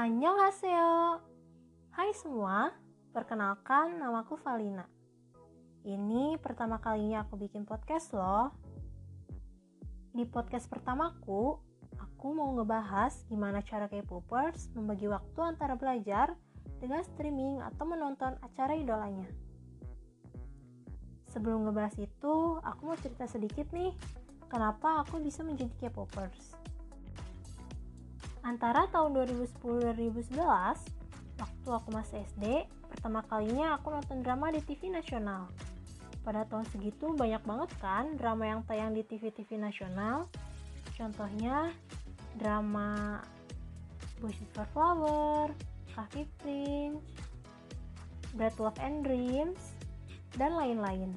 Annyeonghaseyo. Hai semua, perkenalkan namaku Valina. Ini pertama kalinya aku bikin podcast loh. Di podcast pertamaku, aku mau ngebahas gimana cara K-popers membagi waktu antara belajar dengan streaming atau menonton acara idolanya. Sebelum ngebahas itu, aku mau cerita sedikit nih, kenapa aku bisa menjadi K-popers. Antara tahun 2010-2011, waktu aku masih SD, pertama kalinya aku nonton drama di TV nasional. Pada tahun segitu banyak banget kan drama yang tayang di TV-TV nasional. Contohnya drama Boys Over Flower, Coffee Prince, Bread Love and Dreams, dan lain-lain.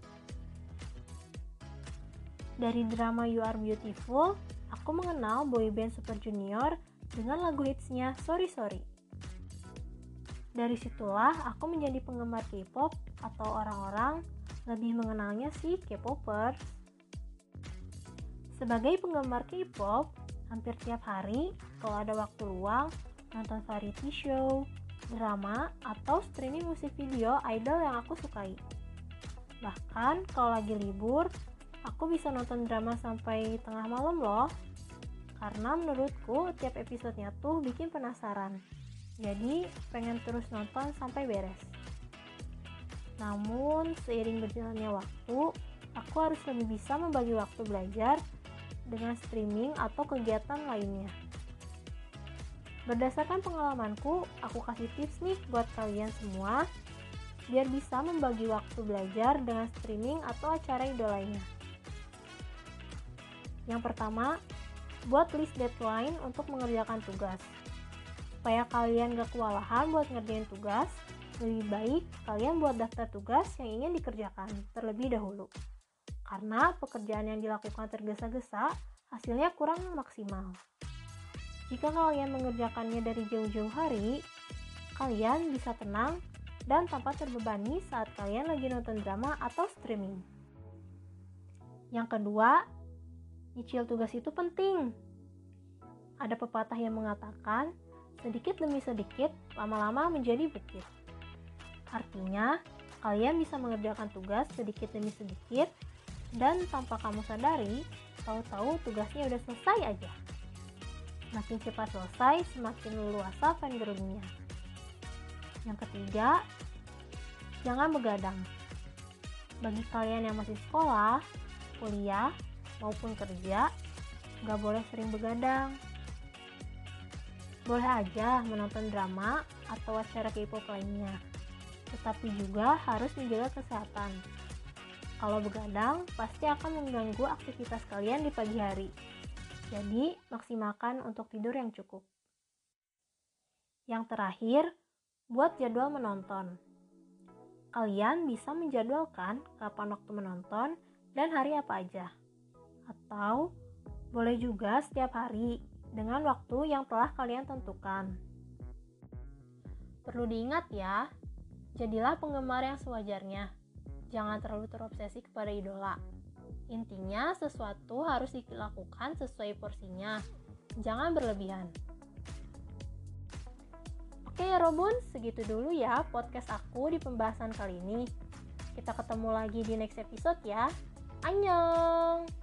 Dari drama You Are Beautiful, aku mengenal boyband Super Junior dengan lagu hitsnya Sorry Sorry. Dari situlah aku menjadi penggemar K-pop atau orang-orang lebih mengenalnya si K-popers. Sebagai penggemar K-pop, hampir tiap hari kalau ada waktu luang nonton variety show, drama, atau streaming musik video idol yang aku sukai. Bahkan kalau lagi libur, aku bisa nonton drama sampai tengah malam loh. Karena menurutku tiap episodenya tuh bikin penasaran. Jadi pengen terus nonton sampai beres. Namun seiring berjalannya waktu, aku harus lebih bisa membagi waktu belajar dengan streaming atau kegiatan lainnya. Berdasarkan pengalamanku, aku kasih tips nih buat kalian semua biar bisa membagi waktu belajar dengan streaming atau acara idolanya. Yang pertama, buat list deadline untuk mengerjakan tugas. Supaya kalian gak kewalahan buat ngerjain tugas, lebih baik kalian buat daftar tugas yang ingin dikerjakan terlebih dahulu. Karena pekerjaan yang dilakukan tergesa-gesa, hasilnya kurang maksimal. Jika kalian mengerjakannya dari jauh-jauh hari, kalian bisa tenang dan tanpa terbebani saat kalian lagi nonton drama atau streaming. Yang kedua, nyicil tugas itu penting. Ada pepatah yang mengatakan, sedikit demi sedikit, lama-lama menjadi bukit. Artinya, kalian bisa mengerjakan tugas sedikit demi sedikit, dan tanpa kamu sadari, tahu-tahu tugasnya udah selesai aja. Makin cepat selesai, semakin leluasa fangirlingnya. Yang ketiga, jangan begadang. Bagi kalian yang masih sekolah, kuliah, maupun kerja, gak boleh sering begadang. Boleh aja menonton drama atau acara K-pop lainnya, tetapi juga harus menjaga kesehatan. Kalau begadang, pasti akan mengganggu aktivitas kalian di pagi hari. Jadi, maksimalkan untuk tidur yang cukup. Yang terakhir, buat jadwal menonton. Kalian bisa menjadwalkan kapan waktu menonton dan hari apa aja. Atau boleh juga setiap hari dengan waktu yang telah kalian tentukan. Perlu diingat ya, jadilah penggemar yang sewajarnya. Jangan terlalu terobsesi kepada idola. Intinya sesuatu harus dilakukan sesuai porsinya. Jangan berlebihan. Oke ya Robun, segitu dulu ya podcast aku di pembahasan kali ini. Kita ketemu lagi di next episode ya. Annyeong!